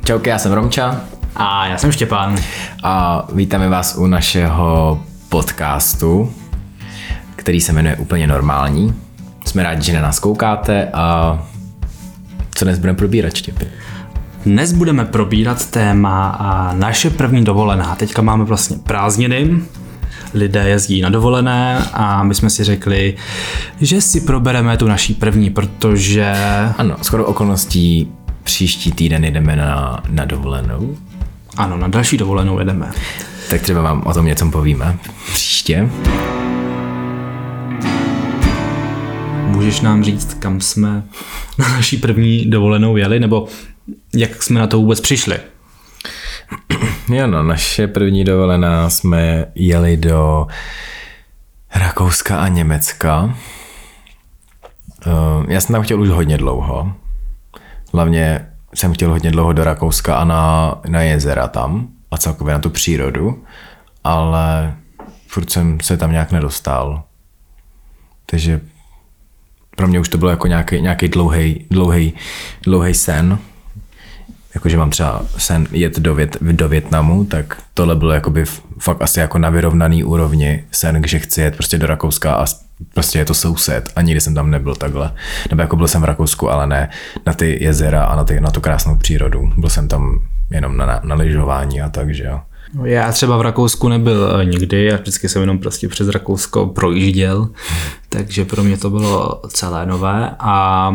Čauky, já jsem Romča. A já jsem Štěpán. A vítáme vás u našeho podcastu, který se jmenuje Úplně normální. Jsme rádi, že na nás koukáte a co dnes budeme probírat, Štěpy? Dnes budeme probírat téma a naše první dovolená. Teďka máme vlastně prázdniny, lidé jezdí na dovolené a my jsme si řekli, že si probereme tu naší první, protože... Ano, shodou okolností příští týden jdeme na dovolenou. Ano, na další dovolenou jedeme. Tak třeba vám o tom něco povíme příště. Můžeš nám říct, kam jsme na naší první dovolenou jeli, nebo jak jsme na to vůbec přišli? Jo, no, naše první dovolená jsme jeli do Rakouska a Německa. Já jsem tam chtěl už hodně dlouho. Hlavně jsem chtěl hodně dlouho do Rakouska a na jezera tam a celkově na tu přírodu, ale furt jsem se tam nějak nedostal. Takže pro mě už to bylo jako nějaký dlouhý sen. Jakože mám třeba sen jet do Vietnamu, tak tohle bylo jakoby fakt asi jako na vyrovnaný úrovni sen, že chci jet prostě do Rakouska a prostě je to soused a nikdy jsem tam nebyl takhle. Nebo jako byl jsem v Rakousku, ale ne na ty jezera a na tu krásnou přírodu. Byl jsem tam jenom na lyžování a takže jo. Já třeba v Rakousku nebyl nikdy, já vždycky jsem jenom prostě přes Rakousko projížděl, takže pro mě to bylo celé nové a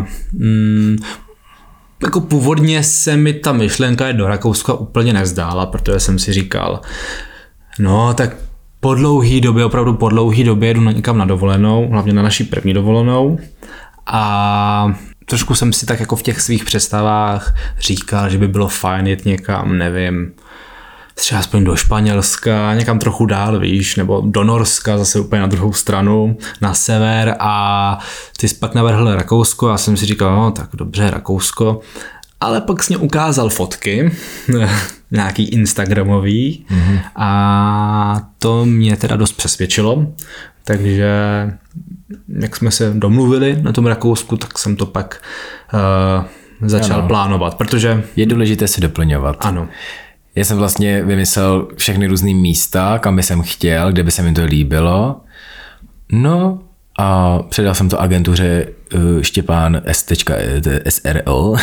jako původně se mi ta myšlenka jít do Rakouska úplně nezdála, protože jsem si říkal, no tak opravdu po dlouhý době jdu někam na dovolenou, hlavně na naší první dovolenou a trošku jsem si tak jako v těch svých představách říkal, že by bylo fajn jít někam, nevím, třeba aspoň do Španělska, někam trochu dál, víš, nebo do Norska, zase úplně na druhou stranu, na sever a ty jsi pak navrhl Rakousko, já jsem si říkal, no tak dobře, Rakousko, ale pak jsi mě ukázal fotky, nějaký instagramový a to mě teda dost přesvědčilo, takže jak jsme se domluvili na tom Rakousku, tak jsem to pak začal plánovat, protože... Je důležité si doplňovat. Ano. Já jsem vlastně vymyslel všechny různý místa, kam by jsem chtěl, kde by se mi to líbilo. No a předal jsem to agentuře Štěpán S.SRL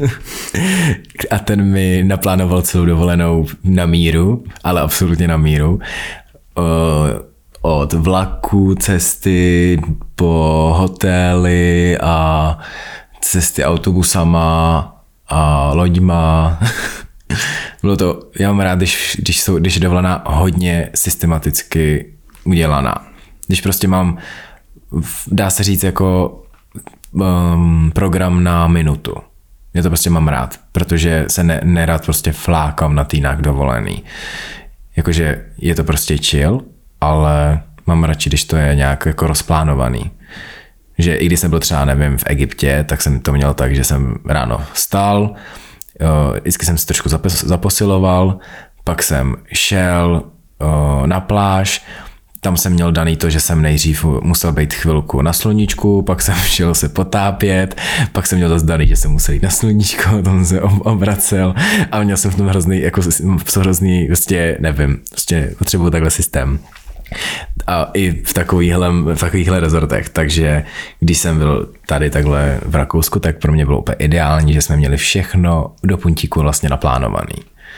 a ten mi naplánoval celou dovolenou na míru, ale absolutně na míru. Od vlaku, cesty po hotely a cesty autobusama a loďma. Bylo to, já mám rád, když je dovolená hodně systematicky udělaná. Když prostě mám, dá se říct jako program na minutu. Já to prostě mám rád, protože se nerad prostě flákám na týnách dovolený. Jakože je to prostě chill, ale mám radši, když to je nějak jako rozplánovaný. Že i když jsem byl třeba, nevím, v Egyptě, tak jsem to měl tak, že jsem ráno vstal, vždycky jsem si trošku zaposiloval, pak jsem šel na pláž, tam jsem měl daný to, že jsem nejdřív musel být chvilku na sluníčku, pak jsem šel se potápět, pak jsem měl zase daný, že jsem musel jít na sluníčko, tam se obracel a měl jsem v tom hrozný, prostě nevím, prostě potřebuji takhle systém. A i v takovýchhle rezortech, takže když jsem byl tady takhle v Rakousku, tak pro mě bylo úplně ideální, že jsme měli všechno do puntíku vlastně naplánovaný.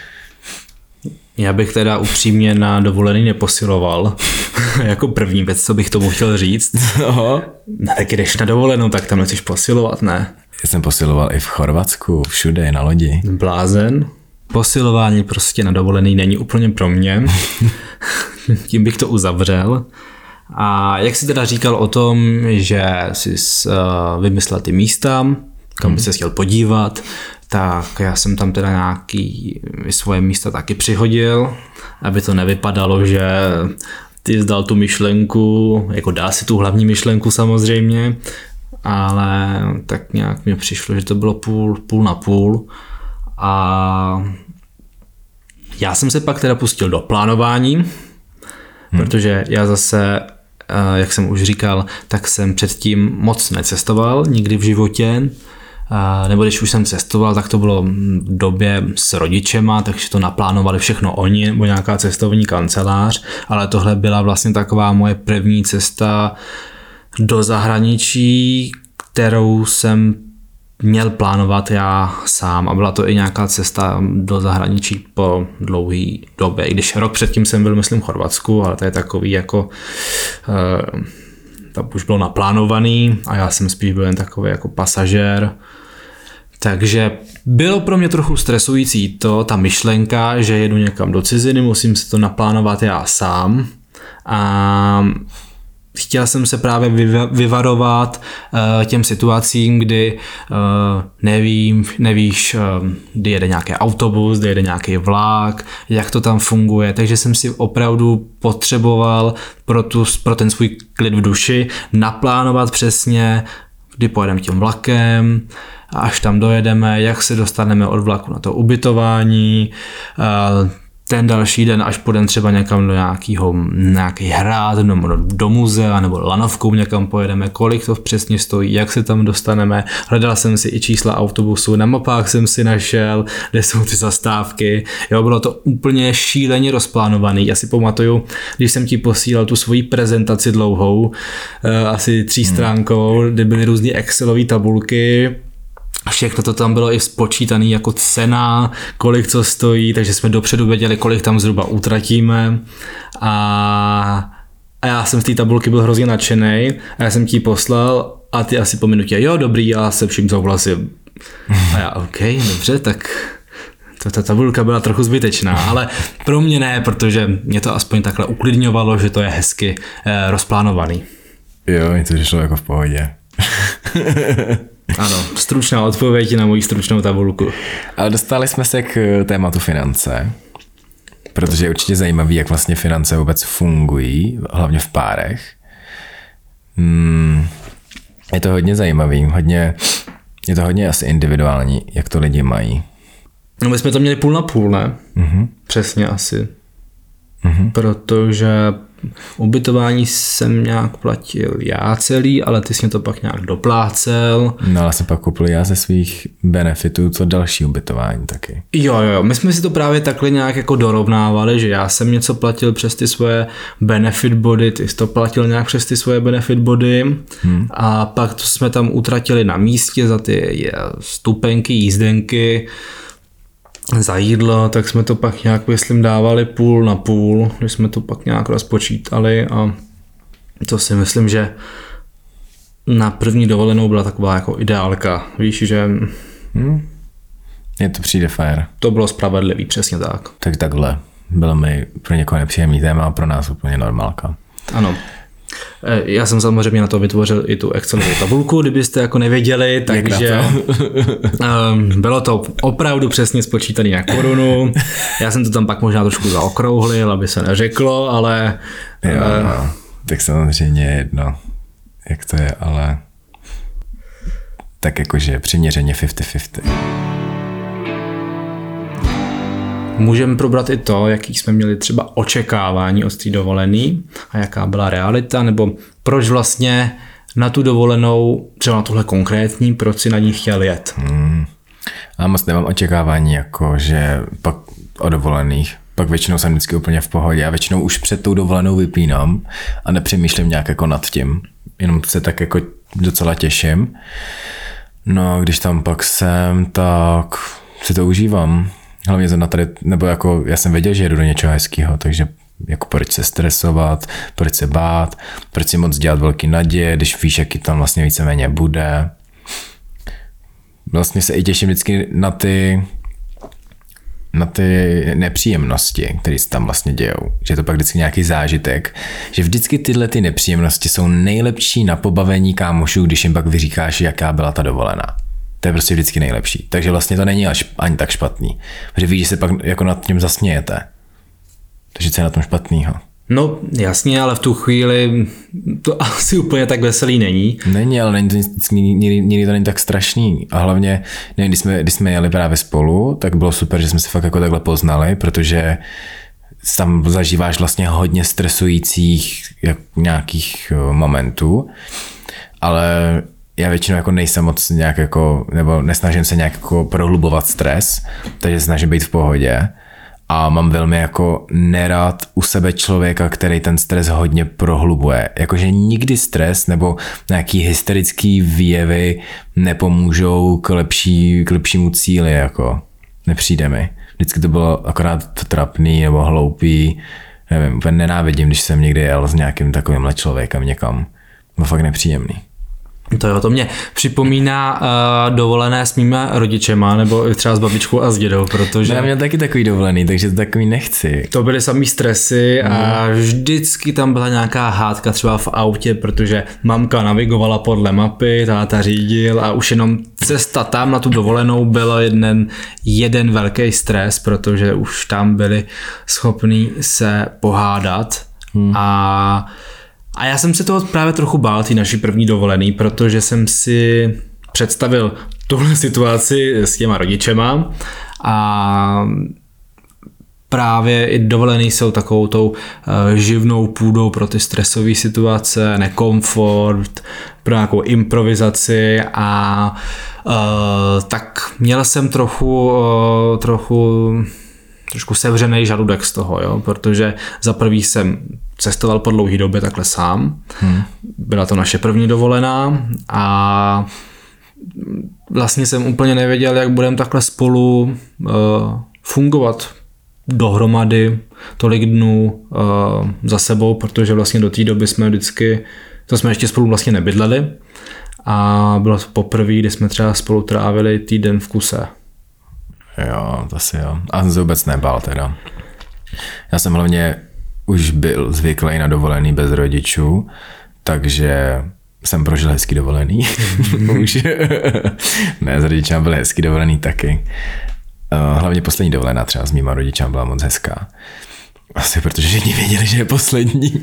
Já bych teda upřímně na dovolený neposiloval, jako první věc, co bych tomu chtěl říct. No, tak jdeš na dovolenou, tak tam nechceš posilovat, ne? Já jsem posiloval i v Chorvatsku, všude, na lodi. Blázen. Posilování prostě na dovolený není úplně pro mě. Tím bych to uzavřel. A jak jsi teda říkal o tom, že jsi vymyslel ty místa, kam by se chtěl podívat, tak já jsem tam teda nějaký svoje místa taky přihodil, aby to nevypadalo, že ty zdal tu myšlenku, jako dá si tu hlavní myšlenku samozřejmě, ale tak nějak mi přišlo, že to bylo půl na půl a já jsem se pak teda pustil do plánování, protože já zase, jak jsem už říkal, tak jsem předtím moc necestoval nikdy v životě. nebo když už jsem cestoval, tak to bylo v době s rodičema, takže to naplánovali všechno oni, nebo nějaká cestovní kancelář, ale tohle byla vlastně taková moje první cesta do zahraničí, kterou jsem měl plánovat já sám a byla to i nějaká cesta do zahraničí po dlouhý době, i když rok předtím jsem byl, myslím, v Chorvatsku, ale to je takový jako to už bylo naplánovaný a já jsem spíš byl jen takový jako pasažér. Takže bylo pro mě trochu stresující ta myšlenka, že jedu někam do ciziny, musím si to naplánovat já sám a chtěl jsem se právě vyvarovat těm situacím, kdy nevíš, kdy jede nějaký autobus, kdy jede nějaký vlak, jak to tam funguje, takže jsem si opravdu potřeboval pro ten svůj klid v duši naplánovat přesně, kdy pojedeme tím vlakem, až tam dojedeme, jak se dostaneme od vlaku na to ubytování, ten další den, až půjdeme třeba někam do nějaký hrad, nebo do muzea, nebo lanovkou někam pojedeme, kolik to přesně stojí, jak se tam dostaneme. Hledal jsem si i čísla autobusu, na mapách jsem si našel, kde jsou ty zastávky. Jo, bylo to úplně šíleně rozplánovaný. Já si pamatuju, když jsem ti posílal tu svoji prezentaci dlouhou, asi 3stránkovou, kde byly různé Excelové tabulky, všechno to tam bylo i spočítané jako cena, kolik co stojí, takže jsme dopředu věděli, kolik tam zhruba utratíme a já jsem z té tabulky byl hrozně nadšenej a já jsem ti ji poslal a ty asi po minutě, jo dobrý, já se vším souhlasím. A já OK, dobře, tak ta tabulka byla trochu zbytečná, ale pro mě ne, protože mě to aspoň takhle uklidňovalo, že to je hezky rozplánovaný. Jo, mi to přišlo jako v pohodě. Ano, stručná odpověď na moji stručnou tabulku. Ale dostali jsme se k tématu finance, protože je určitě zajímavý, jak vlastně finance vůbec fungují, hlavně v párech. Je to hodně zajímavý, je to hodně asi individuální, jak to lidi mají. No my jsme to měli půl na půl, ne? Mm-hmm. Přesně asi. Mm-hmm. Protože ubytování jsem nějak platil já celý, ale ty jsi mě to pak nějak doplácel. No ale jsem pak koupil já ze svých benefitů co další ubytování taky. Jo, my jsme si to právě takhle nějak jako dorovnávali, že já jsem něco platil přes ty svoje benefit body, ty jsi to platil nějak přes ty svoje benefit body a pak to jsme tam utratili na místě za ty stupenky, jízdenky, za jídlo, tak jsme to pak nějak, myslím, dávali půl na půl, když jsme to pak nějak rozpočítali a to si myslím, že na první dovolenou byla taková jako ideálka, víš, že Je to přijde fér. To bylo spravedlivý, přesně tak. Tak takhle, bylo mi pro někoho nepříjemný téma a pro nás úplně normálka. Ano. Já jsem samozřejmě na to vytvořil i tu Excelovou tabulku, kdybyste jako nevěděli, takže bylo to opravdu přesně spočítané na korunu. Já jsem to tam pak možná trošku zaokrouhlil, aby se neřeklo, ale... Jo, no, tak samozřejmě jedno, jak to je, ale tak jakože přiměřeně 50-50. Můžeme probrat i to, jaký jsme měli třeba očekávání od té dovolený a jaká byla realita, nebo proč vlastně na tu dovolenou, třeba na tuhle konkrétní, proč si na ní chtěl jet. A moc nemám očekávání, jako že pak o dovolených. Pak většinou jsem vždycky úplně v pohodě a většinou už před tou dovolenou vypínám a nepřemýšlím nějak jako nad tím. Jenom se tak jako docela těším. No a když tam pak jsem, tak si to užívám. Hlavně zrovna tady, nebo jako já jsem věděl, že jedu do něčeho hezkého, takže jako proč se stresovat, proč se bát, proč si moc dělat velký naděje, když víš, jaký tam vlastně víceméně bude. Vlastně se i těším vždycky na ty nepříjemnosti, které se tam vlastně dějou. Že je to pak vždycky nějaký zážitek, že vždycky tyhle ty nepříjemnosti jsou nejlepší na pobavení kámošů, když jim pak vyříkáš, jaká byla ta dovolená. To je prostě vždycky nejlepší. Takže vlastně to není ani tak špatný. Protože víš, že se pak jako nad tím zasmějete. Takže co je na tom špatnýho? No jasně, ale v tu chvíli to asi úplně tak veselý není. Není, ale nikdy to není tak strašný. A hlavně, nevím, když jsme jeli právě spolu, tak bylo super, že jsme se fakt jako takhle poznali, protože tam zažíváš vlastně hodně stresujících nějakých momentů. Ale já většinou jako nejsem moc nějak jako, nebo nesnažím se nějak jako prohlubovat stres, takže snažím být v pohodě a mám velmi jako nerad u sebe člověka, který ten stres hodně prohlubuje. Jakože nikdy stres nebo nějaký hysterický výjevy nepomůžou k lepšímu cíli, jako nepřijde mi. Vždycky to bylo akorát trapný nebo hloupý, nevím, úplně nenávidím, když jsem někdy jel s nějakým takovýmhle člověkem někam. Bylo fakt nepříjemný. To mě připomíná dovolené s mými rodičema, nebo třeba s babičkou a s dědou, protože... Já měl taky takový dovolený, takže to takový nechci. To byly samý stresy a vždycky tam byla nějaká hádka třeba v autě, protože mamka navigovala podle mapy, táta řídil a už jenom cesta tam na tu dovolenou byla jeden velký stres, protože už tam byli schopní se pohádat a já jsem se toho právě trochu bál, ty naší první dovolený, protože jsem si představil tuhle situaci s těma rodičema a právě i dovolený jsou takovou tou živnou půdou pro ty stresové situace, nekomfort, pro nějakou improvizaci a tak měl jsem trošku sevřený žaludek z toho, jo? Protože za prvý jsem cestoval po dlouhý době takhle sám. Byla to naše první dovolená a vlastně jsem úplně nevěděl, jak budeme takhle spolu fungovat dohromady tolik dnů za sebou, protože vlastně do té doby jsme to jsme ještě spolu vlastně nebydleli a bylo to poprvé, kdy jsme třeba spolu trávili týden v kuse. Jo, to si jo. A jsem se vůbec nebál teda. Já jsem hlavně už byl zvyklý na dovolený bez rodičů, takže jsem prožil hezký dovolený. Už. Ne, s rodičem byl hezký dovolený taky. Hlavně poslední dovolená třeba s mýma rodičem byla moc hezká. Asi protože všichni věděli, že je poslední.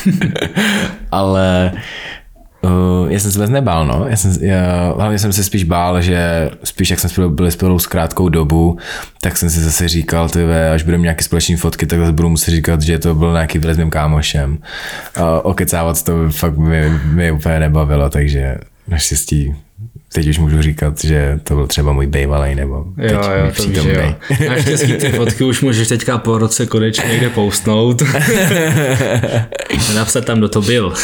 Ale já jsem se vůbec nebál, no. Hlavně jsem se spíš bál, že spíš jak jsme byli spolu s krátkou dobu, tak jsem si zase říkal, až budeme nějaké společné fotky, tak zase budu muset říkat, že to byl nějaký výlet s mým kámošem. Okecávat to fakt mi úplně nebavilo, takže naštěstí teď už můžu říkat, že to byl třeba můj bývalej nebo teď můj přítomnej. Naštěstí ty fotky už můžeš teďka po roce konečně někde postnout. Napsat tam, kdo to byl.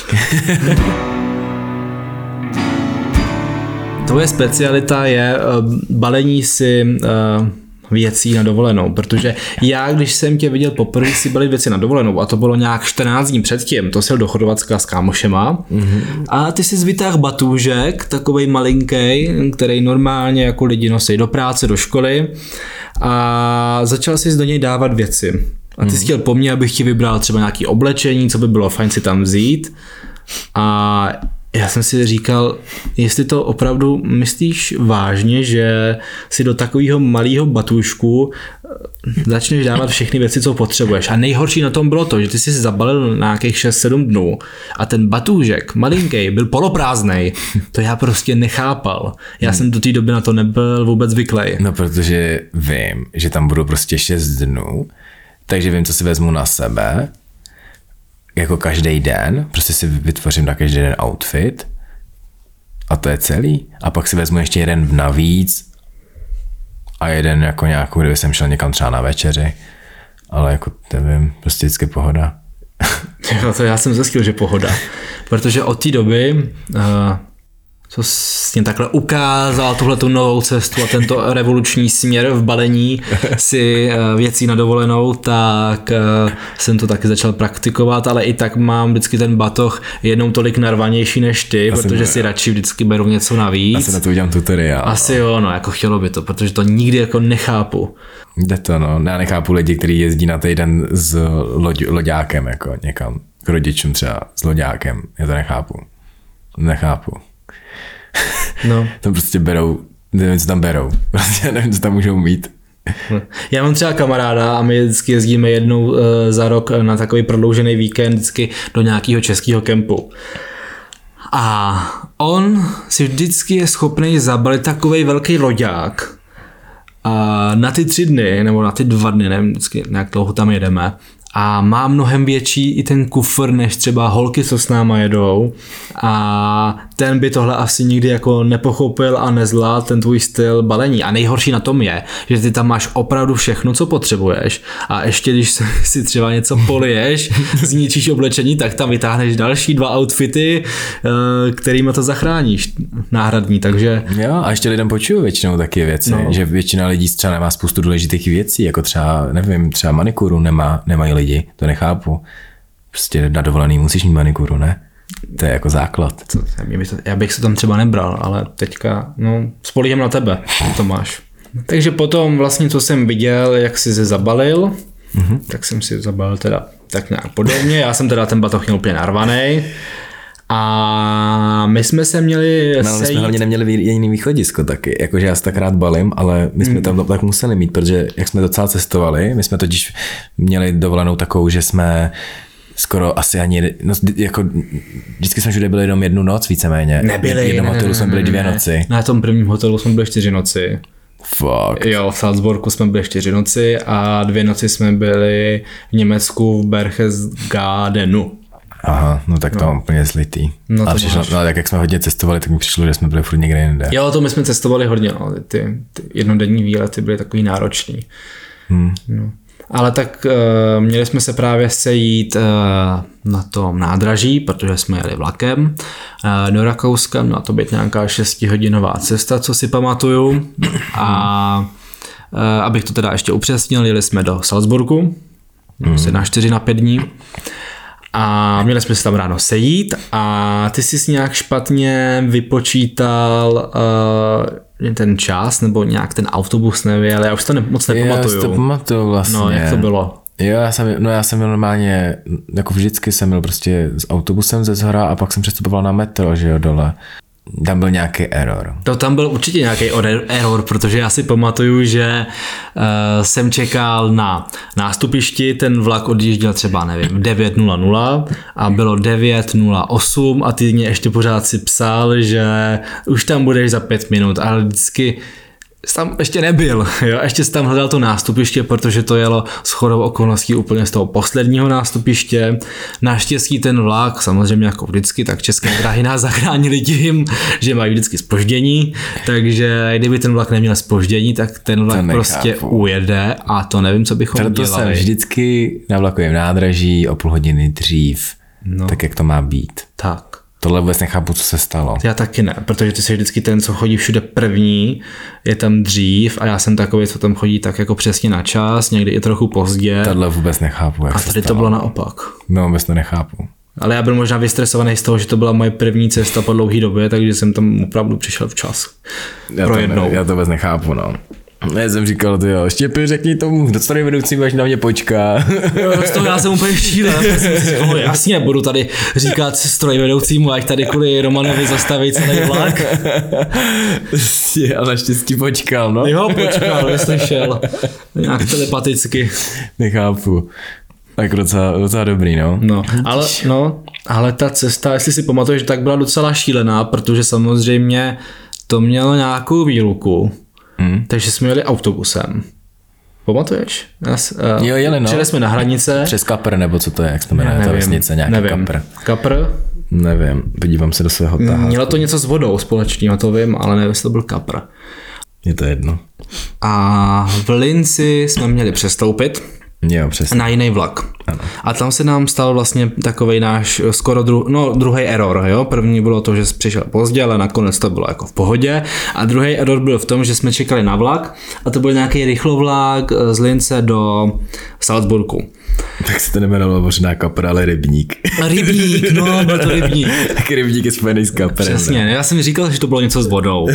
Tvoje specialita je balení si věcí na dovolenou, protože já, když jsem tě viděl poprvé si balit věci na dovolenou a to bylo nějak 14 dní předtím, to jel do Chorvatska s kámošema a ty si vytáhl batůžek, takovej malinký, který normálně jako lidi nosí do práce, do školy a začal si do něj dávat věci. A ty jsi chtěl po mně, abych ti vybral třeba nějaké oblečení, co by bylo fajn si tam vzít a já jsem si říkal, jestli to opravdu myslíš vážně, že si do takového malého batůžku začneš dávat všechny věci, co potřebuješ. A nejhorší na tom bylo to, že ty jsi zabalil na nějakých 6-7 dnů a ten batůžek, malinký, byl poloprázdnej. To já prostě nechápal. Já jsem do té doby na to nebyl vůbec zvyklý. No, protože vím, že tam budu prostě 6 dnů, takže vím, co si vezmu na sebe, jako každý den, prostě si vytvořím na každý den outfit a to je celý. A pak si vezmu ještě jeden navíc a jeden jako nějakou, kdyby jsem šel někam třeba na večeři, ale jako nevím, prostě vždycky pohoda. Jo, to já jsem zjistil, že pohoda, protože od té doby co jsi takhle ukázal tuhletu novou cestu a tento revoluční směr v balení si věcí na dovolenou, tak jsem to taky začal praktikovat, ale i tak mám vždycky ten batoh jednou tolik narvanější než ty, protože si radši vždycky beru něco navíc. Asi na to udělám tutoriál. Asi jo, no, jako chtělo by to, protože to nikdy jako nechápu. Jde to, no. Já nechápu lidi, kteří jezdí na týden s loďákem, jako někam k rodičům třeba s loďákem. Já to nechápu. No. Tam prostě berou, nevím, co tam berou. Prostě nevím, co tam můžou mít. Já mám třeba kamaráda a my vždycky jezdíme jednou za rok na takový prodloužený víkend vždycky do nějakého českého kempu. A on si vždycky je schopný zabalit takovej velký loďák a na ty 3 dny, nebo na ty 2 dny, nevím, vždycky nějak dlouho tam jedeme, a má mnohem větší i ten kufr, než třeba holky, co s náma jedou a ten by tohle asi nikdy jako nepochopil a nezvládl ten tvůj styl balení. A nejhorší na tom je, že ty tam máš opravdu všechno, co potřebuješ a ještě když si třeba něco poliješ, zničíš oblečení, tak tam vytáhneš další 2 outfity, kterými to zachráníš, náhradní, takže... Jo, a ještě lidem počuju většinou taky věci, že většina lidí třeba nemá spoustu důležitých věcí, jako třeba, nevím, třeba manikuru nemají lidi, to nechápu. Prostě na dovolený musíš mít manikuru, ne? To je jako základ. Já bych se tam třeba nebral, ale teďka, spolíhám na tebe, to máš. Takže potom vlastně, co jsem viděl, jak jsi se zabalil, tak jsem si zabalil teda tak nějak podobně. Já jsem teda ten batoh měl úplně narvaný. A my jsme se měli sejít. My jsme hlavně neměli jiný východisko taky, jakože já se tak rád balím, ale my jsme tam tak museli mít, protože jak jsme docela cestovali, my jsme totiž měli dovolenou takovou, že jsme skoro asi ani, jako vždycky jsme všude byli jenom 1 noc víceméně. Nebyli. V jednom hotelu jsme byli 2 noci. Na tom prvním hotelu jsme byli 4 noci. Fuck. Jo, v Salzburgu jsme byli 4 noci a 2 noci jsme byli v Německu v Berchtesgadenu. Aha, no tak to mám úplně zlitý. No a přišlo, tak jak jsme hodně cestovali, tak mi přišlo, že jsme byli furt někde jinde. Jo, to my jsme cestovali hodně, ty jednodenní výlety byly takový náročný. No. Ale tak měli jsme se právě sejít na tom nádraží, protože jsme jeli vlakem do Rakouska, měla to být nějaká 6hodinová cesta, co si pamatuju. A abych to teda ještě upřesnil, jeli jsme do Salzburgu, asi na 4 na 5 dní. A měli jsme se tam ráno sejít a ty jsi nějak špatně vypočítal ten čas, nebo nějak ten autobus nevěl, já už to moc nepamatuju. Já si to pamatuju vlastně. No, jak to bylo? Jo, já jsem měl normálně, jako vždycky jsem měl prostě s autobusem ze Zhora a pak jsem přestupoval na metro, že jo, dole. Tam byl nějaký error. Tam byl určitě nějaký error, protože já si pamatuju, že jsem čekal na nástupišti, ten vlak odjížděl třeba, nevím, 9:00 a bylo 9:08 a ty mě ještě pořád si psal, že už tam budeš za 5 minut, ale vždycky tam ještě nebyl, jo? Ještě jsi tam hledal to nástupiště, protože to jelo shodou okolností úplně z toho posledního nástupiště. Naštěstí ten vlak, samozřejmě jako vždycky, tak České dráhy nás zachránili tím, že mají vždycky zpoždění, takže kdyby ten vlak neměl zpoždění, tak ten vlak prostě ujede a to nevím, co bychom dělali. Proto jsem vždycky na vlakovém nádraží o půl hodiny dřív, tak jak to má být. Tak. Tohle vůbec nechápu, co se stalo. Já taky ne, protože ty jsi vždycky ten, co chodí všude první, je tam dřív a já jsem takový, co tam chodí tak jako přesně na čas, někdy i trochu pozdě. Tohle vůbec nechápu, jak a tady to bylo naopak. No, vůbec to nechápu. Ale já byl možná vystresovaný z toho, že to byla moje první cesta po dlouhé době, takže jsem tam opravdu přišel včas. Já to vůbec nechápu, no. Já jsem říkal, Štěpy, řekni tomu, kdo tady vedoucí, až na mě počká. Jo, z toho já jsem úplně šílen. Jasně, budu tady říkat strojvedoucímu, ať tady kvůli Romanovi zastaví celý vlak. A naštěstí počkal, no. Jo, počkal, vyslyšel. Nějak telepaticky. Nechápu. Tak docela dobrý, no. Ale ta cesta, jestli si pamatuješ, tak byla docela šílená, protože samozřejmě to mělo nějakou výluku. Takže jsme jeli autobusem. Pamatuješ? Jo, jeli, no. Přijeli jsme na hranice. Přes Kapr, nebo co to je, jak se to jmenuje, ta vesnice, nějaký Kapr. Kapr? Nevím, podívám se do svého taháku. Mělo to něco s vodou společného, to vím, ale nevím, jestli to byl Kapr. Je to jedno. A v Linci jsme měli přestoupit. Jo, přesně. Na jiný vlak. Ano. A tam se nám stal vlastně takovej náš skoro druhý error. Jo? První bylo to, že jsi přišel pozdě, ale nakonec to bylo jako v pohodě. A druhý error byl v tom, že jsme čekali na vlak a to byl nějaký rychlovlák z Lince do Salzburgu. Tak se to nemenovalo možná Kapr, ale Rybník. Rybník, no, byl to Rybník. Tak Rybník je spojený s Kaprem. Přesně, já jsem říkal, že to bylo něco s vodou.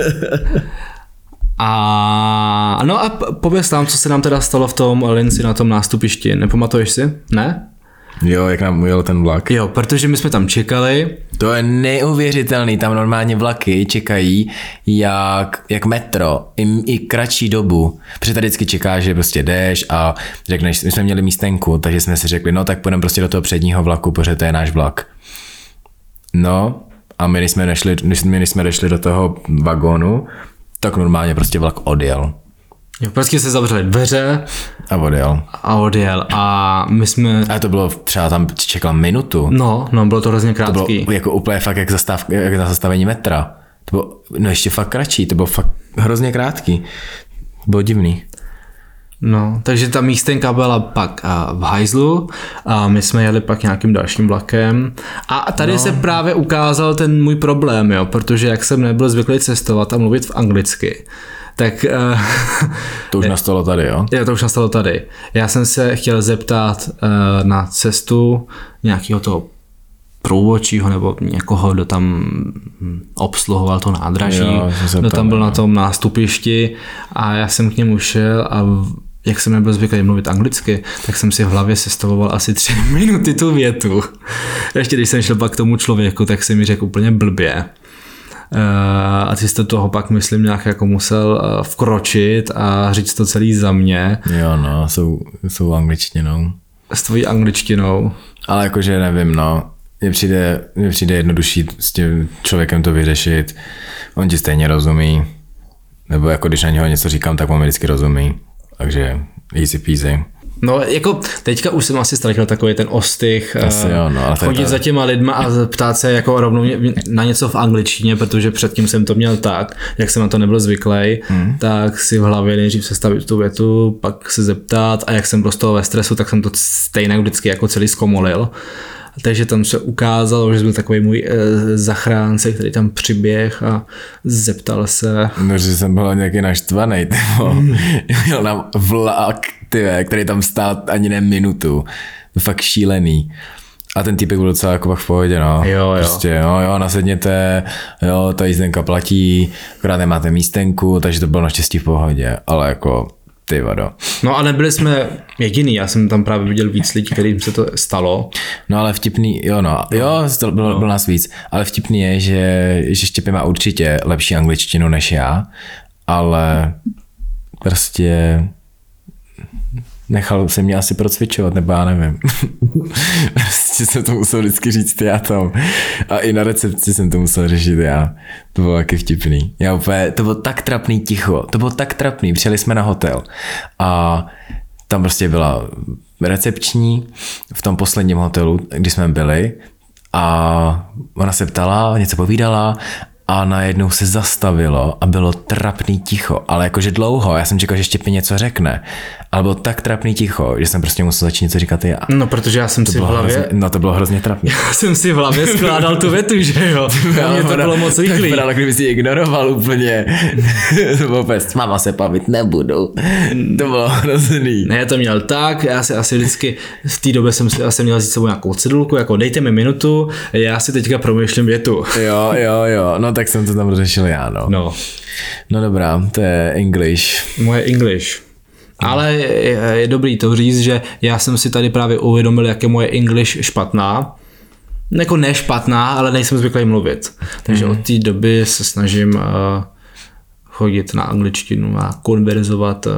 A pověz tam, co se nám teda stalo v tom Linci na tom nástupišti. Nepamatuješ si? Ne? Jo, jak nám ujel ten vlak. Jo, protože my jsme tam čekali. To je neuvěřitelný, tam normálně vlaky čekají jak metro, i kratší dobu. Protože tady vždycky čeká, že prostě jdeš a řekneš, my jsme měli místenku, takže jsme si řekli, no tak půjdeme prostě do toho předního vlaku, protože to je náš vlak. No a my když jsme došli do toho vagónu, tak normálně prostě vlak odjel. Jo, prostě se zavřeli dveře a odjel. A my jsme... A to bylo třeba tam čekal minutu. No, bylo to hrozně krátký. To bylo jako úplně fakt jak na zastavení metra. To bylo, no ještě fakt kratší, to bylo fakt hrozně krátký. Bylo divný. No, takže ta místenka byla pak v hajzlu a my jsme jeli pak nějakým dalším vlakem a tady se právě ukázal ten můj problém, jo, protože jak jsem nebyl zvyklý cestovat a mluvit v anglicky, tak... To už nastalo tady, jo? Jo, to už nastalo tady. Já jsem se chtěl zeptat na cestu nějakého toho průvodčího nebo někoho, kdo tam obsluhoval to nádraží, kdo tam byl na tom nástupišti a já jsem k němu šel a jak jsem nebyl zvyklý mluvit anglicky, tak jsem si v hlavě sestavoval asi 3 minuty tu větu. Ještě když jsem šel pak k tomu člověku, tak jsem mi řekl úplně blbě. A ty toho pak, myslím, nějak jako musel vkročit a říct to celý za mě. Jo, no, jsou angličtinou. S tvojí angličtinou. Ale jakože nevím, no. Mně přijde jednodušší s tím člověkem to vyřešit. On ti stejně rozumí. Nebo jako když na něho něco říkám, tak on mi vždycky rozumí. Takže easy peasy. No jako teďka už jsem asi ztratil takový ten ostych, jo, no, chodit za těma lidma a ptát se jako rovnou na něco v angličtině, protože předtím jsem to měl tak, jak jsem na to nebyl zvyklý, tak si v hlavě nejdřív sestavit tu větu, pak se zeptat a jak jsem byl z toho ve stresu, tak jsem to stejně vždycky jako celý zkomolil. Takže tam se ukázalo, že byl takový můj zachránce, který tam přiběh a zeptal se. No, že jsem byl nějaký naštvaný, jel na vlak, který tam stál ani ne minutu. To fakt šílený. A ten týpek byl docela jako v pohodě, no. Jo. Prostě jo, nasedněte, jo, ta jízdenka platí, akorát nemáte místenku, takže to bylo naštěstí v pohodě, ale jako ty vado. No a nebyli jsme jediný, já jsem tam právě viděl víc lidí, kterým se to stalo. No ale vtipný, bylo nás víc, ale vtipný je, že Štěpě má určitě lepší angličtinu než já, ale prostě nechal se mě asi procvičovat, nebo já nevím. Prostě jsem to musel vždycky říct já tam. A i na recepci jsem to musel řešit já. To bylo taky vtipný. To bylo tak trapný ticho. To bylo tak trapný. Přijeli jsme na hotel a tam prostě byla recepční v tom posledním hotelu, kdy jsme byli a ona se ptala, něco povídala a najednou se zastavilo a bylo trapný ticho, ale jakože dlouho, já jsem čekal, že Štěpě něco řekne, ale bylo tak trapný ticho, že jsem prostě musel začít něco říkat já. No, protože já jsem si v hlavě... to bylo hrozně trapný. Já jsem si v hlavě skládal tu větu, že jo? A mě to bylo moc rychlý. Tak kdyby si ignoroval úplně. To bylo pest, máma se bavit nebudu. To bylo hrozný. Ne, to měl tak, já si asi vždycky v té době jsem měl vzít sebou nějakou cedulku, jako dejte mi minutu, já si teďka promýšlím větu. Jo, no tak jsem to tam řešil já, no. No dobrá, to je English. Moje English. Ale je dobrý to říct, že já jsem si tady právě uvědomil, jak je moje English špatná. Jako ne špatná, ale nejsem zvyklý mluvit. Takže od té doby se snažím chodit na angličtinu a konverzovat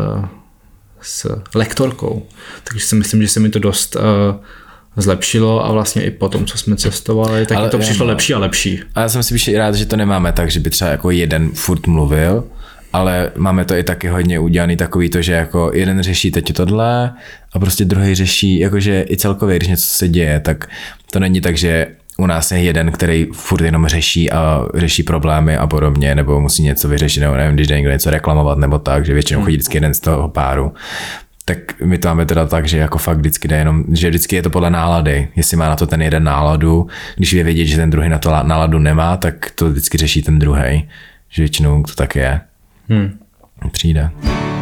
s lektorkou. Takže si myslím, že se mi to dost zlepšilo a vlastně i po tom, co jsme cestovali, tak to přišlo lepší a lepší. A já jsem si píše i rád, že to nemáme tak, že by třeba jako jeden furt mluvil, ale máme to i taky hodně udělaný takový to, že jako jeden řeší teď tohle a prostě druhý řeší, jakože i celkově, když něco se děje, tak to není tak, že u nás je jeden, který furt jenom řeší a řeší problémy a podobně, nebo musí něco vyřešit, nebo nevím, když jde někdo něco reklamovat, nebo tak, že většinou chodí vždycky jeden z toho páru. Tak my to máme teda tak, že jako fakt vždycky jde jenom, že vždycky je to podle nálady. Jestli má na to ten jeden náladu, když je vědět, že ten druhý na to náladu nemá, tak to vždycky řeší ten druhý. Že většinou to tak je. Přijde.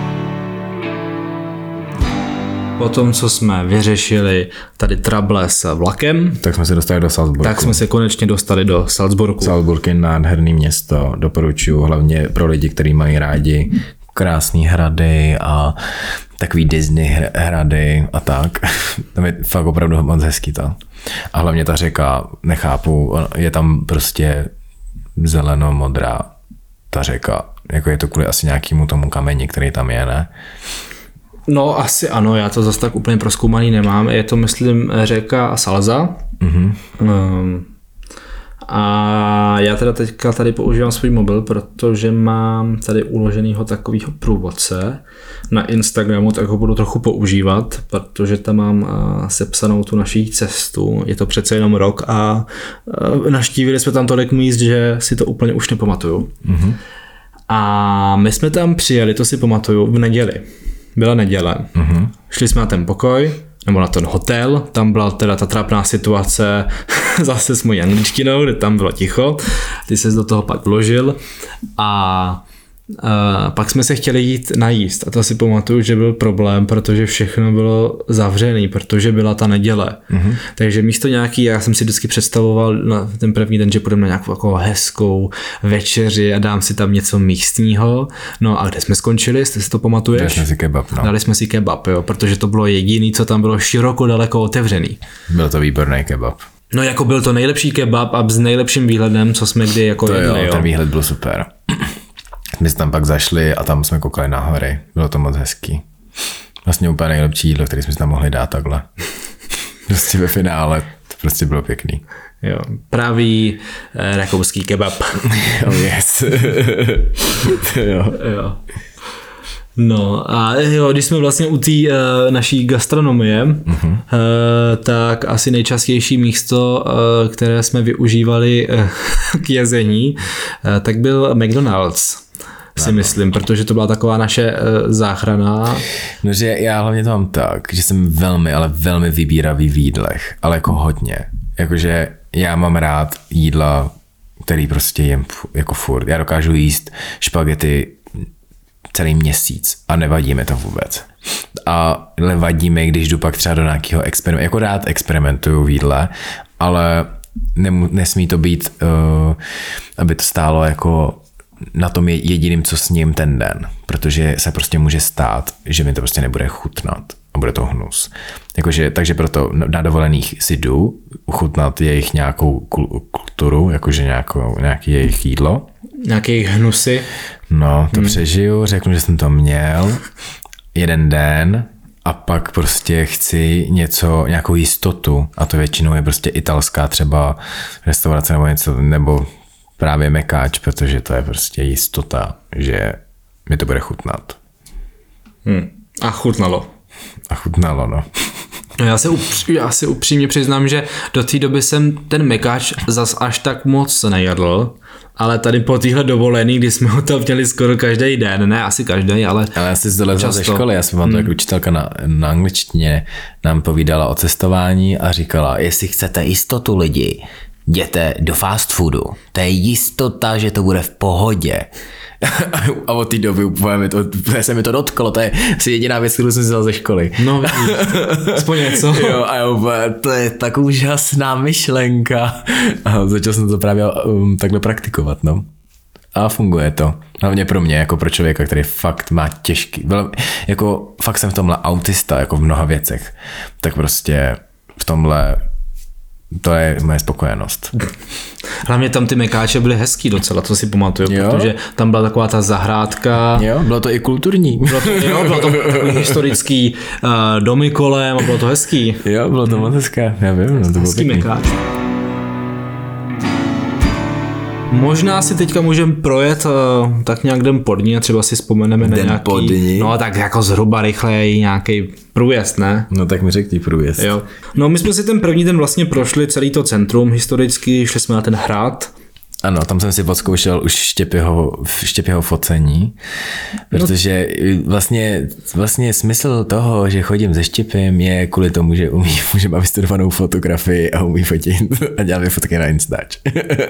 Po tom, co jsme vyřešili tady trable s vlakem, tak jsme se dostali do Salzburgu. Tak jsme se konečně dostali do Salzburgu. Salzburg je nádherný město, doporučuji hlavně pro lidi, kteří mají rádi krásný hrady a takový Disney hrady a tak. Tam je fakt opravdu moc hezký to. A hlavně ta řeka, nechápu, je tam prostě zeleno-modrá ta řeka. Jako je to kvůli asi nějakému tomu kameni, který tam je, ne? No asi ano, já to zase tak úplně prozkoumaný nemám. Je to, myslím, řeka Salza. A já teda teďka tady používám svůj mobil, protože mám tady uloženýho takovýho průvodce na Instagramu, tak ho budu trochu používat, protože tam mám sepsanou tu naší cestu. Je to přece jenom rok a navštívili jsme tam tolik míst, že si to úplně už nepamatuju. Mm-hmm. A my jsme tam přijeli, to si pamatuju, v neděli. Byla neděle. Mm-hmm. Šli jsme na ten pokoj, nebo na ten hotel, tam byla teda ta trápná situace zase s mojí angličtinou, kde tam bylo ticho, ty ses do toho pak vložil a pak jsme se chtěli jít najíst a to si pamatuju, že byl problém, protože všechno bylo zavřený, protože byla ta neděle. Mm-hmm. Takže místo nějaký, já jsem si vždycky představoval na ten první den, že půjdeme na nějakou jako hezkou večeři a dám si tam něco místního. No a kde jsme skončili, jestli si to pamatuješ? Dali jsme si kebab, no. Dali jsme si kebab, jo, protože to bylo jediný, co tam bylo široko daleko otevřený. Byl to výborný kebab. No jako byl to nejlepší kebab a s nejlepším výhledem, co jsme kdy jako jedli, jo. Ten výhled byl super. My jsme tam pak zašli a tam jsme koukali na hory. Bylo to moc hezký. Vlastně úplně nejlepší jídlo, které jsme si tam mohli dát takhle. Prostě ve finále to prostě bylo pěkný. Jo, pravý rakouský kebab. Oh yes. Jo. No a jo, když jsme vlastně u té naší gastronomie, tak asi nejčastější místo, které jsme využívali k jezení, tak byl McDonald's. Si myslím, protože to byla taková naše záchrana. No, že já hlavně to mám tak, že jsem velmi, ale velmi vybíravý v jídlech, ale jako hodně. Jakože já mám rád jídla, který prostě jem jako furt. Já dokážu jíst špagety celý měsíc a nevadí mi to vůbec. A vadí mi, když jdu pak třeba do nějakého experimentu. Jako rád experimentuju v jídle, ale nesmí to být, aby to stálo jako na tom jediným, co sním ten den, protože se prostě může stát, že mi to prostě nebude chutnat a bude to hnus. Jakože, takže proto na dovolených si jdu uchutnat jejich nějakou kulturu, jakože nějaký jejich jídlo. Nějaké hnusy. No, to přežiju, řeknu, že jsem to měl jeden den a pak prostě chci nějakou jistotu a to většinou je prostě italská třeba restaurace nebo něco, nebo právě mekáč, protože to je prostě jistota, že mi to bude chutnat. A chutnalo. No. No já si upřímně přiznám, že do té doby jsem ten mekáč zas až tak moc nejedl, ale tady po téhle dovolený, kdy jsme ho tam měli skoro každý den, ne asi každý, ale já si dolezal ze školy, já jsem vám to jako učitelka na angličtině nám povídala o cestování a říkala, jestli chcete jistotu lidi, jděte do fast foodu. To je jistota, že to bude v pohodě. A od té doby se mi to dotklo, to je asi jediná věc, kterou jsem si vzal ze školy. No, aspoň něco. Jo, a to je tak úžasná myšlenka. A začal jsem to právě takhle praktikovat, no. A funguje to. Hlavně pro mě, jako pro člověka, který fakt má těžký, jako fakt jsem v tomhle autista, jako v mnoha věcech. Tak prostě v tomhle to je moje spokojenost. Hlavně tam ty mekáče byly hezký docela, to si pamatuju, protože tam byla taková ta zahrádka. Jo, bylo to i kulturní. Bylo to takový historický domy kolem a bylo to hezký. Jo, bylo to moc hezké, já vím, no to bylo pěkný. Mekáč. Možná si teďka můžeme projet tak nějak den po dní a třeba si vzpomeneme na nějaký, no tak jako zhruba rychleji nějaký průjezd, ne? No tak mi řekni průjezd. Jo. No my jsme si ten první den vlastně prošli celý to centrum historicky, šli jsme na ten hrad. Ano, tam jsem si odzkoušel už Štěpěho focení, protože vlastně smysl toho, že chodím se Štěpem je kvůli tomu, že může má vystudovanou fotografii a umí fotit a dělat fotky na Instač.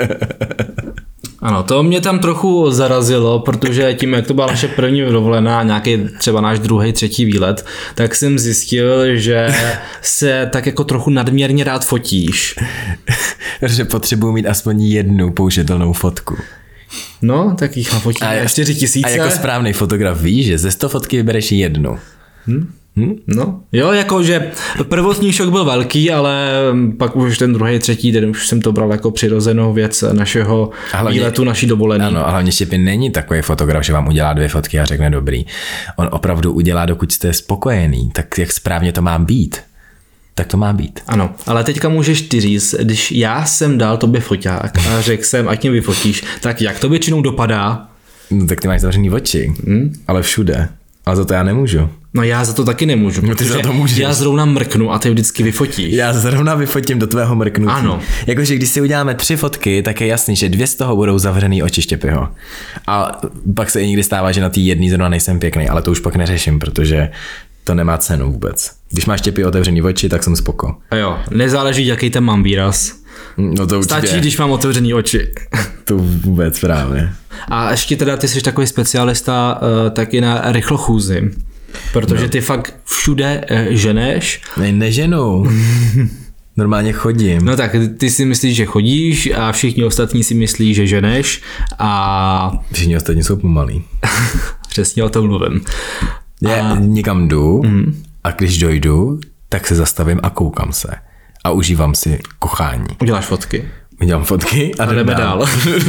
Ano, to mě tam trochu zarazilo, protože tím, jak to byla naše první dovolená, nějaký třeba náš druhý, třetí výlet, tak jsem zjistil, že se tak jako trochu nadměrně rád fotíš. Protože potřebuji mít aspoň jednu použitelnou fotku. No, tak jich nafotíme 4 000. A jako správný fotograf víš, že ze 100 fotky vybereš jednu. No, jo, jakože prvotní šok byl velký, ale pak už ten druhý, třetí den už jsem to bral jako přirozenou věc našeho výletu, naší dovolené. Ano, a hlavně Štěpin není takový fotograf, že vám udělá 2 fotky a řekne dobrý. On opravdu udělá, dokud jste spokojený, tak jak správně to má být. tak to má být. Ano, ale teďka můžeš ty říct, když já jsem dal tobě foťák a řekl jsem, ať mě vyfotíš, tak jak to většinou dopadá? No tak ty máš zavřený oči, ale všude. Ale za to já nemůžu. No já za to taky nemůžu, No ty za to můžeš. já zrovna mrknu a ty vždycky vyfotíš. Já zrovna vyfotím do tvého mrknutí. Ano. Jakože když si uděláme 3 fotky, tak je jasný, že 2 z toho budou zavřený oči Štěpyho. A pak se i někdy stává, že na té jedný zrovna nejsem pěkný, ale to už pak neřeším, protože to nemá cenu vůbec. Když máš Štěpy otevřený oči, tak jsem spoko. A jo, nezáleží, jaký tam mám výraz. No to určitě. Stačí, když mám otevřený oči. To vůbec právě. A ještě teda ty jsi takový specialista taky na rychlochůzi. Protože ty fakt všude ženeš. Neženu. Normálně chodím. No tak ty si myslíš, že chodíš a všichni ostatní si myslí, že ženeš a... Všichni ostatní jsou pomalí. Přesně o tom mluvím. Já někam jdu a když dojdu, tak se zastavím a koukám se. A užívám si kochání. Uděláš fotky. Udělám fotky a jdeme dál.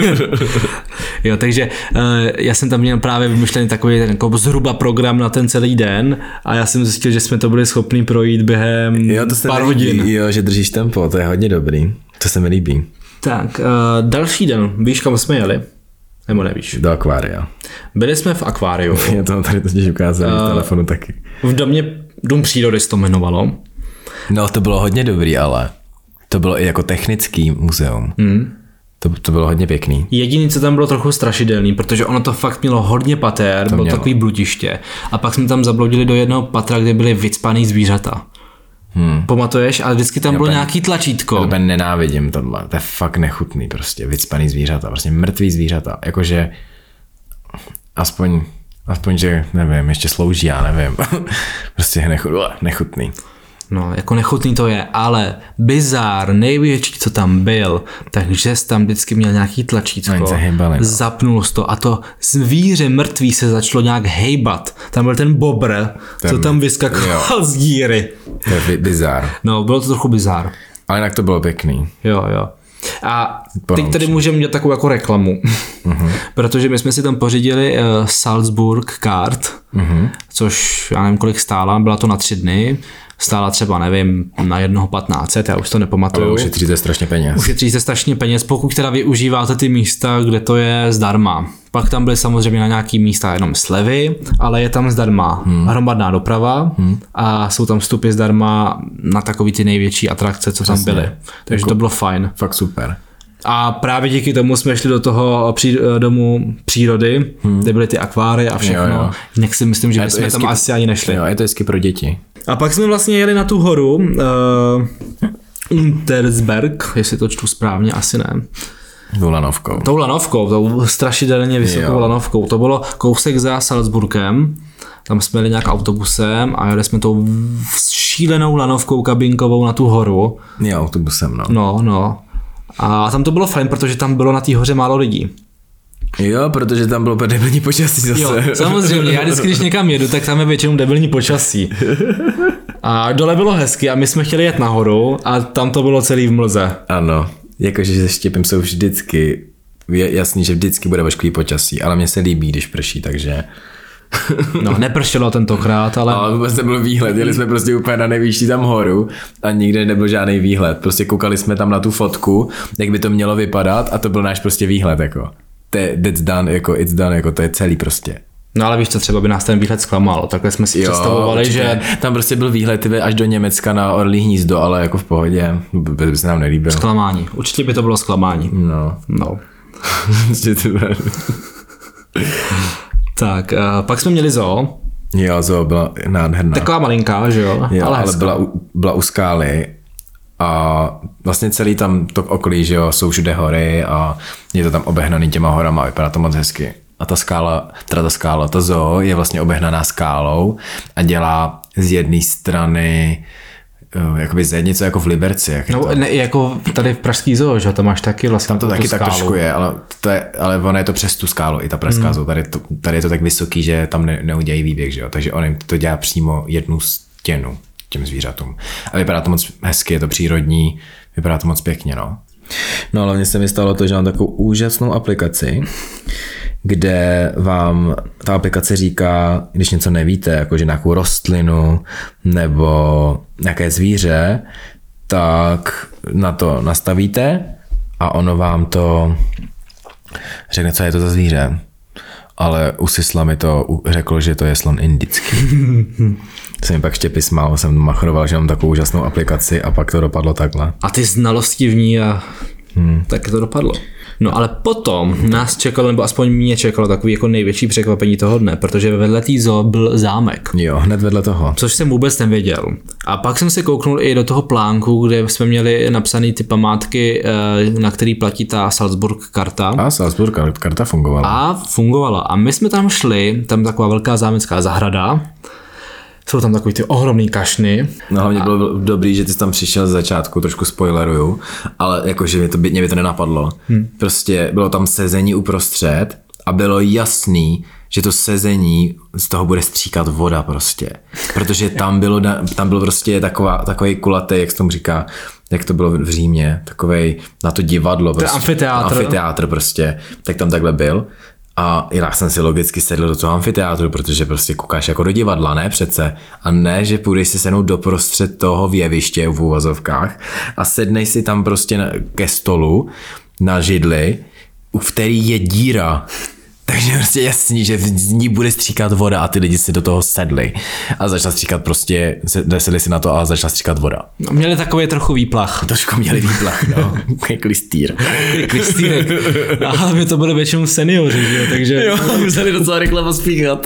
Jo, takže já jsem tam měl právě vymyšlený takový ten jako zhruba program na ten celý den a já jsem zjistil, že jsme to byli schopni projít během pár hodin. Jo, že držíš tempo, to je hodně dobrý. To se mi líbí. Tak, další den, víš, kam jsme jeli? Nebo nevíš? Do akvária. Byli jsme v akváriu. Já to tady totiž ukázal v telefonu taky. V domě Dům přírody se to jmenovalo. No, to bylo hodně dobrý, ale to bylo i jako technický muzeum. To bylo hodně pěkný. Jediné, co tam bylo trochu strašidelný, protože ono to fakt mělo hodně pater, bylo takový bludiště. A pak jsme tam zabloudili do jednoho patra, kde byly vycpaný zvířata. Pamatuješ? Ale vždycky tam bylo nějaký tlačítko. Já nenávidím tohle. To je fakt nechutný prostě. Vycpaný zvířata, prostě mrtvý zvířata. Jakože aspoň, že nevím, ještě slouží, já nevím. Prostě nechutný. No, jako nechutný to je, ale bizár, největší, co tam byl, takže jsi tam vždycky měl nějaký tlačítko, zapnul to a to zvíře mrtvý se začalo nějak hejbat. Tam byl ten bobr, co tam vyskakoval z díry. To je bizár. No, bylo to trochu bizár. Ale jinak to bylo pěkný. Jo. A teď tady můžeme dělat takovou jako reklamu, protože my jsme si tam pořídili Salzburg card, což já nevím, kolik stála, byla to na 3 dny, stála třeba, nevím, na 1,15, já už to nepamatuju. Ale ušetříte strašně peněz. Ušetříte strašně peněz, pokud teda využíváte ty místa, kde to je zdarma. Pak tam byly samozřejmě na nějaký místa jenom slevy, ale je tam zdarma hromadná doprava a jsou tam vstupy zdarma na takový ty největší atrakce, co tam byly. Takže to bylo fajn. Fakt super. A právě díky tomu jsme šli do toho domu přírody, kde byly ty akváry a všechno. Jo. Jinak si myslím, že jsme tam asi ani nešli. Jo, je to hezky pro děti. A pak jsme vlastně jeli na tu horu Untersberg, jestli to čtu správně, asi ne. Tou lanovkou, tou strašidelně vysokou lanovkou. To bylo kousek za Salzburgem. Tam jsme jeli nějak autobusem a jeli jsme tou šílenou lanovkou kabinkovou na tu horu. Jo, autobusem, no. No. A tam to bylo fajn, protože tam bylo na té hoře málo lidí. Jo, protože tam bylo debilní počasí zase. Jo, samozřejmě, já vždycky, když někam jedu, tak tam je většinou debilní počasí. A dole bylo hezky a my jsme chtěli jet nahoru a tam to bylo celý v mlze. Ano, jakože se Štěpem jsou vždycky, je jasný, že vždycky bude ošklivý počasí, ale mně se líbí, když prší, takže... No, nepršelo tentokrát, ale... Ale vůbec nebyl výhled, jeli jsme prostě úplně na nejvyšší tam horu a nikde nebyl žádný výhled. Prostě koukali jsme tam na tu fotku, jak by to mělo vypadat a to byl náš prostě výhled, jako. That's done, jako it's done, jako to je celý prostě. No ale víš co, třeba by nás ten výhled zklamal, takhle jsme si představovali, určitě. Že... Tam prostě byl výhled až do Německa na Orlí hnízdo, ale jako v pohodě, by se nám nelíbilo. Zklamání, určitě by to bylo zklamání. No. Tak, pak jsme měli zoo. Jo, zoo byla nádherná. Taková malinká, že jo? Ale byla u skály a vlastně celý tam to okolí, že jo, jsou všude hory a je to tam obehnaný těma horama, vypadá to moc hezky. A ta zoo je vlastně obehnaná skálou a dělá z jedné strany jakoby něco jako v Liberci. Ne, jako tady v Pražský zoo, že tam máš taky vlastně tam to taky tak trošku je, ale ono je to přes tu skálu, i ta pražská zoo. Tady je to tak vysoký, že tam neudělají výběh, že jo, takže on jim to dělá přímo jednu stěnu těm zvířatům. A vypadá to moc hezky, je to přírodní, vypadá to moc pěkně, no. No ale mně se mi stalo to, že mám takovou úžasnou aplikaci, kde vám ta aplikace říká, když něco nevíte, jakože nějakou rostlinu nebo nějaké zvíře, tak na to nastavíte a ono vám to řekne, co je to za zvíře. Ale u Sisla mi to řeklo, že to je slon indický. Jsem mi pak Štěpy smál, jsem machroval, že mám takovou úžasnou aplikaci a pak to dopadlo takhle. A ty znalosti v ní a tak to dopadlo. No ale potom nás čekalo, nebo aspoň mě čekalo takový jako největší překvapení toho dne, protože vedle té zoo byl zámek. Jo, hned vedle toho. Což jsem vůbec nevěděl. A pak jsem si kouknul i do toho plánku, kde jsme měli napsané ty památky, na který platí ta Salzburg karta. A Salzburg karta fungovala. A fungovala. A my jsme tam šli, tam taková velká zámecká zahrada, jsou tam takový ty ohromný kašny. No hlavně bylo dobrý, že ty jsi tam přišel z začátku, trošku spoileruju, ale jakože mě by to nenapadlo. Prostě bylo tam sezení uprostřed a bylo jasný, že to sezení z toho bude stříkat voda prostě. Protože tam bylo prostě takový kulatý, jak se tomu říká, jak to bylo v Římě, takovej na to divadlo. Prostě, amfiteátr prostě, tak tam takhle byl. A já jsem si logicky sedl do toho amfiteátru, protože prostě koukáš jako do divadla, ne přece. A ne, že půjdeš si sednout doprostřed toho věviště v úvozovkách a sednej si tam prostě ke stolu na židli, u který je díra. Takže prostě jasný, že z ní bude stříkat voda a ty lidi si do toho sedli. A začala stříkat prostě, sedli si na to a začala stříkat voda. No, měli takový trochu výplach. Trošku měli výplach, no. Klistýr. Klistýrek. A hlavně to byly většinou seniori, že jo, takže... Jo, museli docela reklama spíchat.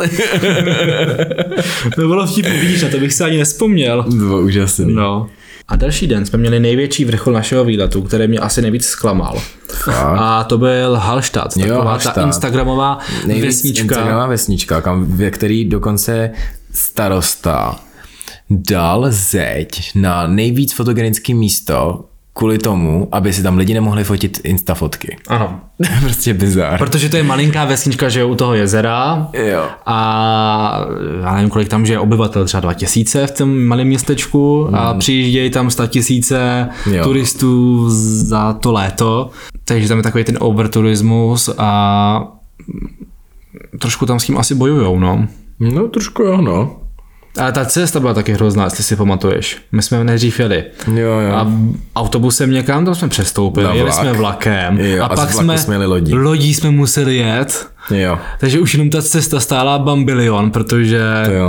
To bylo vtipný, vidíš, a to bych se ani nespomněl. To bylo úžasný. No. A další den jsme měli největší vrchol našeho výletu, který mě asi nejvíc zklamal. A to byl Hallstatt, taková ta instagramová vesnička. Instagramová vesnička, ve který dokonce starosta dal zeď na nejvíc fotogenické místo kvůli tomu, aby si tam lidi nemohli fotit instafotky. Ano. Prostě bizár. Protože to je malinká vesnička, že je u toho jezera. Jo. A já nevím, kolik tam, že je obyvatel, třeba 2000 v tom malém městečku a přijíždějí tam 100 000 turistů za to léto. Takže tam je takový ten overturismus a trošku tam s tím asi bojujou, no. No, trošku jo, no. Ale ta cesta byla taky hrozná, jestli si pamatuješ. My jsme nejdřív jeli. Jo. A autobusem někam, tam jsme přestoupili, jeli jsme vlakem. Jo, a pak jsme lodí jsme museli jet. Jo. Takže už jenom ta cesta stála bambilion, protože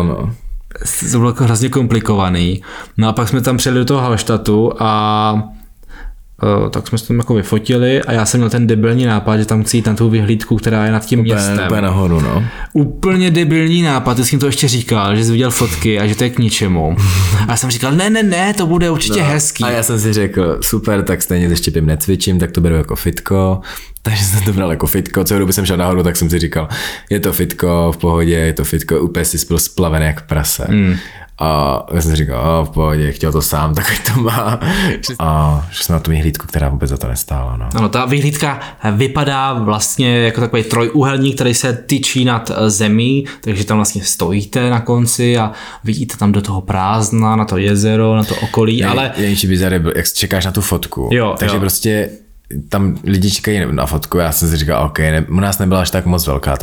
to bylo jako hrozně komplikovaný. No a pak jsme tam přijeli do toho Hallstattu a tak jsme se tam jako vyfotili a já jsem měl ten debilní nápad, že tam chci jít na tu vyhlídku, která je nad tím městem. Úplně nahoru, no. Úplně debilní nápad, ty jsi jim to ještě říkal, že jsi viděl fotky a že to je k ničemu. A já jsem říkal, ne, to bude určitě hezký. A já jsem si řekl, super, tak stejně se Štěpem necvičím, tak to beru jako fitko. Takže jsem to bral jako fitko, celou dobu jsem šel nahoru, tak jsem si říkal, je to fitko, v pohodě, je to fitko, úplně si byl splavený jak prase. A já jsem říkal, v pohodě, chtěl to sám, tak to má. A že jsem na tu vyhlídku, která vůbec za to nestála. No. Ano, ta vyhlídka vypadá vlastně jako takový trojúhelník, který se tyčí nad zemí, takže tam vlastně stojíte na konci a vidíte tam do toho prázdna, na to jezero, na to okolí, ale... Největší bizar je, jak čekáš na tu fotku, takže prostě tam lidi čekají na fotku, já jsem si říkal, OK, u nás nebyla až tak moc velká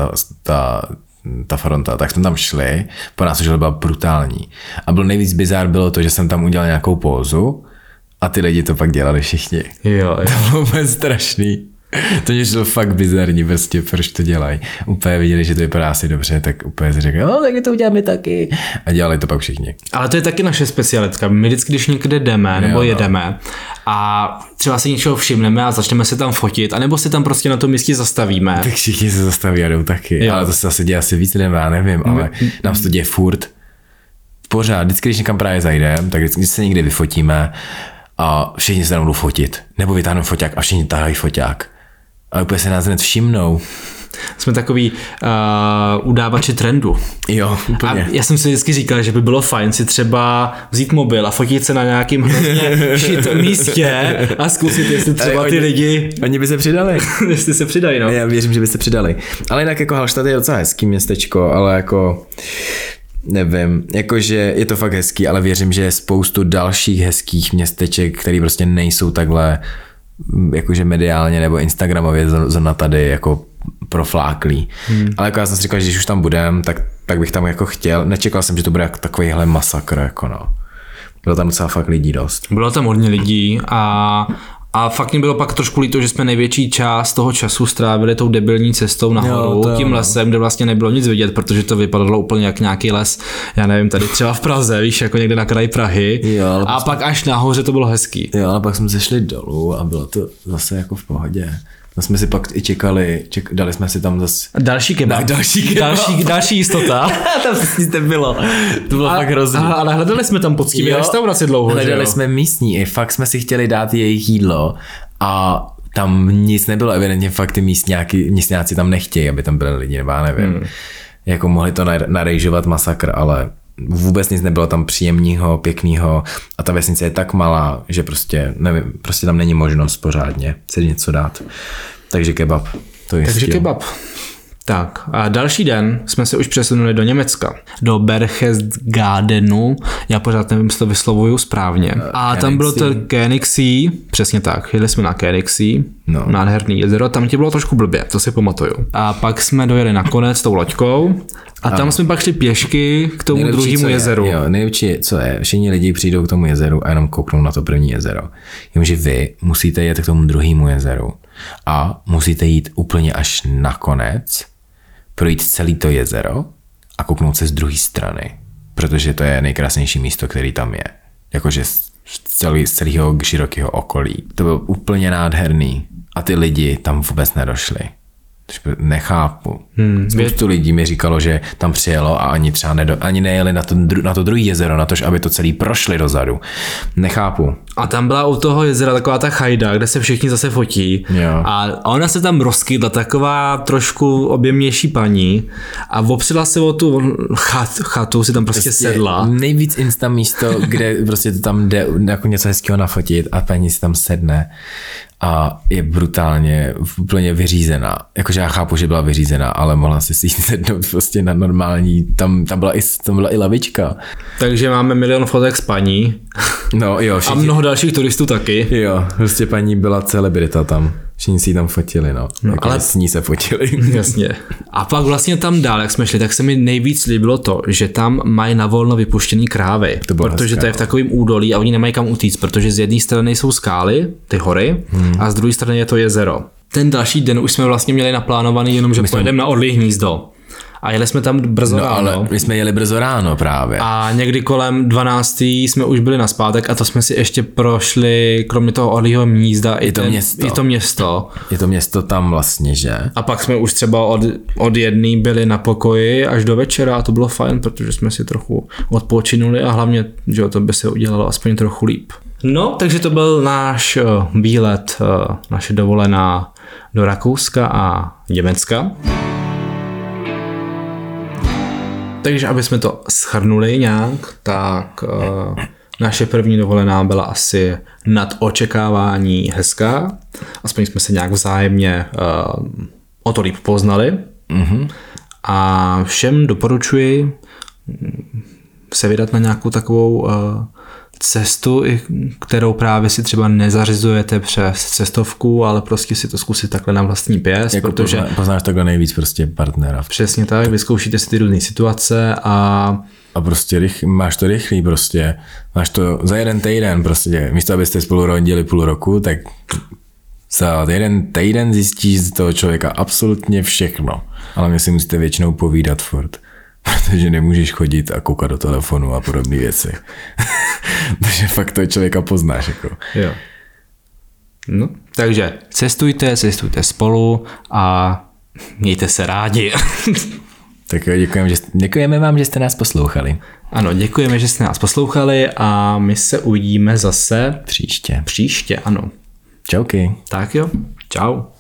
ta fronta, tak jsme tam šli, po nás už byla brutální. A byl nejvíc bizár bylo to, že jsem tam udělal nějakou pózu a ty lidi to pak dělali všichni. Jo. To bylo úplně strašný. To mě šlo fakt bizarní, prostě proč to dělají. Úplně viděli, že to vypadá asi dobře, tak úplně si řekli, tak my to uděláme taky. A dělali to pak všichni. Ale to je taky naše specialitka. My vždycky, když někde jdeme nebo jedeme a třeba si něčeho všimneme a začneme se tam fotit, anebo si tam prostě na tom místě zastavíme. Tak všichni se zastaví a jdou taky. Jo. Ale to se zase děje asi víc lidem, já nevím, ale nám se to děje furt. Pořád, vždycky, když někam právě zajdeme, tak vždycky se někde vyfotíme a všichni se tam budou fotit. Nebo vytáhnou foťák a všichni tahají foťák. A úplně se nás hned všimnou. Jsme takový udávači trendu. Jo, úplně. A já jsem si vždycky říkal, že by bylo fajn si třeba vzít mobil a fotit se na nějakým hrozně shit místě a zkusit, jestli třeba ty lidi... Oni by se přidali. Jestli se přidají, no. Já věřím, že by se přidali. Ale jinak jako Hallstatt je docela hezký městečko, ale jako... Nevím, jakože je to fakt hezký, ale věřím, že je spoustu dalších hezkých městeček, které prostě nejsou takhle jakože mediálně nebo instagramově zrovna tady jako profláklý. Ale jako já jsem si říkal, že když už tam budem, tak bych tam jako chtěl. Nečekal jsem, že to bude jako takovýhle masakr, jako no. Bylo tam docela fakt lidí dost. Bylo tam hodně lidí a fakt mě bylo pak trošku líto, že jsme největší část toho času strávili tou debilní cestou nahoru, tím lesem, kde vlastně nebylo nic vidět, protože to vypadalo úplně jak nějaký les, já nevím, tady třeba v Praze, víš, jako někde na kraji Prahy. Jo, a pak až nahoře to bylo hezký. Jo, ale pak jsme se šli dolů a bylo to zase jako v pohodě. No jsme si pak i čekali, dali jsme si tam zase... Další kebab. Další jistota. Tam nic nebylo. To bylo fakt hrozný. Ale hledali jsme tam poctivě restauraci dlouho, hledali jsme místní, i fakt jsme si chtěli dát jejich jídlo a tam nic nebylo, evidentně fakt ty místňáci tam nechtějí, aby tam byli lidi, nebo já nevím. Jako mohli to narejžovat masakr, ale vůbec nic nebylo tam příjemného, pěkného a ta vesnice je tak malá, že prostě, nevím, prostě tam není možnost pořádně si něco dát. Takže kebab. Takže kebab. Tak a další den jsme se už přesunuli do Německa, do Berchtesgadenu, já pořád nevím, jestli to vyslovuju správně. A tam bylo to Königssee, přesně tak, jeli jsme na Königssee, nádherný jezero, tam ti bylo trošku blbě, to si pamatuju. A pak jsme dojeli nakonec tou loďkou a tam jsme pak šli pěšky k tomu druhému jezeru. Jo, nejlepší, co je, všichni lidi přijdou k tomu jezeru a jenom kouknou na to první jezero. Jenomže vy musíte jet k tomu druhému jezeru a musíte jít úplně až nakonec, projít celé to jezero a kouknout se z druhé strany, protože to je nejkrásnější místo, který tam je. Jakože z celého širokého okolí. To bylo úplně nádherný a ty lidi tam vůbec nedošli. Nechápu. Spoustu lidí mi říkalo, že tam přijelo a ani třeba ani nejeli na to druhé jezero, na to, aby to celý prošli dozadu. Nechápu. A tam byla u toho jezera taková ta chajda, kde se všichni zase fotí. Jo. A ona se tam rozkydla, taková trošku objemnější paní a opřela se o tu chatu, si tam prostě sedla. Nejvíc insta místo, kde prostě to tam jde jako něco hezkého nafotit a paní si tam sedne a je brutálně úplně vyřízená. Jakože já chápu, že byla vyřízená, ale mohla si jít sednout prostě na normální, tam byla i lavička. Takže máme milion fotek s paní. No jo. A mnoho dalších turistů taky. Jo, prostě paní byla celebrita tam. Všichni si ji tam fotili, no jako ale s ní se fotili. Jasně. A pak vlastně tam dál, jak jsme šli, tak se mi nejvíc líbilo to, že tam mají na volno vypuštěný krávy. Protože hezká, to je v takovém údolí a oni nemají kam utíct, protože z jedné strany jsou skály, ty hory, a z druhé strany je to jezero. Ten další den už jsme vlastně měli naplánovaný jenom, že pojedeme na Orlí hnízdo. A jeli jsme tam brzo ráno. Ale my jsme jeli brzo ráno právě. A někdy kolem 12. jsme už byli naspátek a to jsme si ještě prošli, kromě toho Orlího hnízda, i to město. Je to město tam vlastně, že? A pak jsme už třeba od jedné byli na pokoji až do večera a to bylo fajn, protože jsme si trochu odpočinuli a hlavně, že to by se udělalo aspoň trochu líp. No, takže to byl náš výlet, naše dovolená do Rakouska a Německa. Takže aby jsme to shrnuli nějak, tak naše první dovolená byla asi nad očekávání hezká. Aspoň jsme se nějak vzájemně o to líp poznali. A všem doporučuji se vydat na nějakou takovou cestu, kterou právě si třeba nezařizujete přes cestovku, ale prostě si to zkusit takhle na vlastní pěst, jako protože poznáš takhle nejvíc prostě partnera. Přesně tak, vyzkoušíte si ty různé situace a prostě máš to rychlý prostě, máš to za jeden týden prostě, místo abyste spolu rodili půl roku, tak za jeden týden zjistíš z toho člověka absolutně všechno, ale mě si musíte většinou povídat furt. Protože nemůžeš chodit a koukat do telefonu a podobné věci. Takže fakt toho člověka poznáš. Jako. Jo. No, takže cestujte spolu a mějte se rádi. Tak jo, děkujeme vám, že jste nás poslouchali. Ano, děkujeme, že jste nás poslouchali a my se uvidíme zase příště. Příště, ano. Čauky. Tak jo, čau.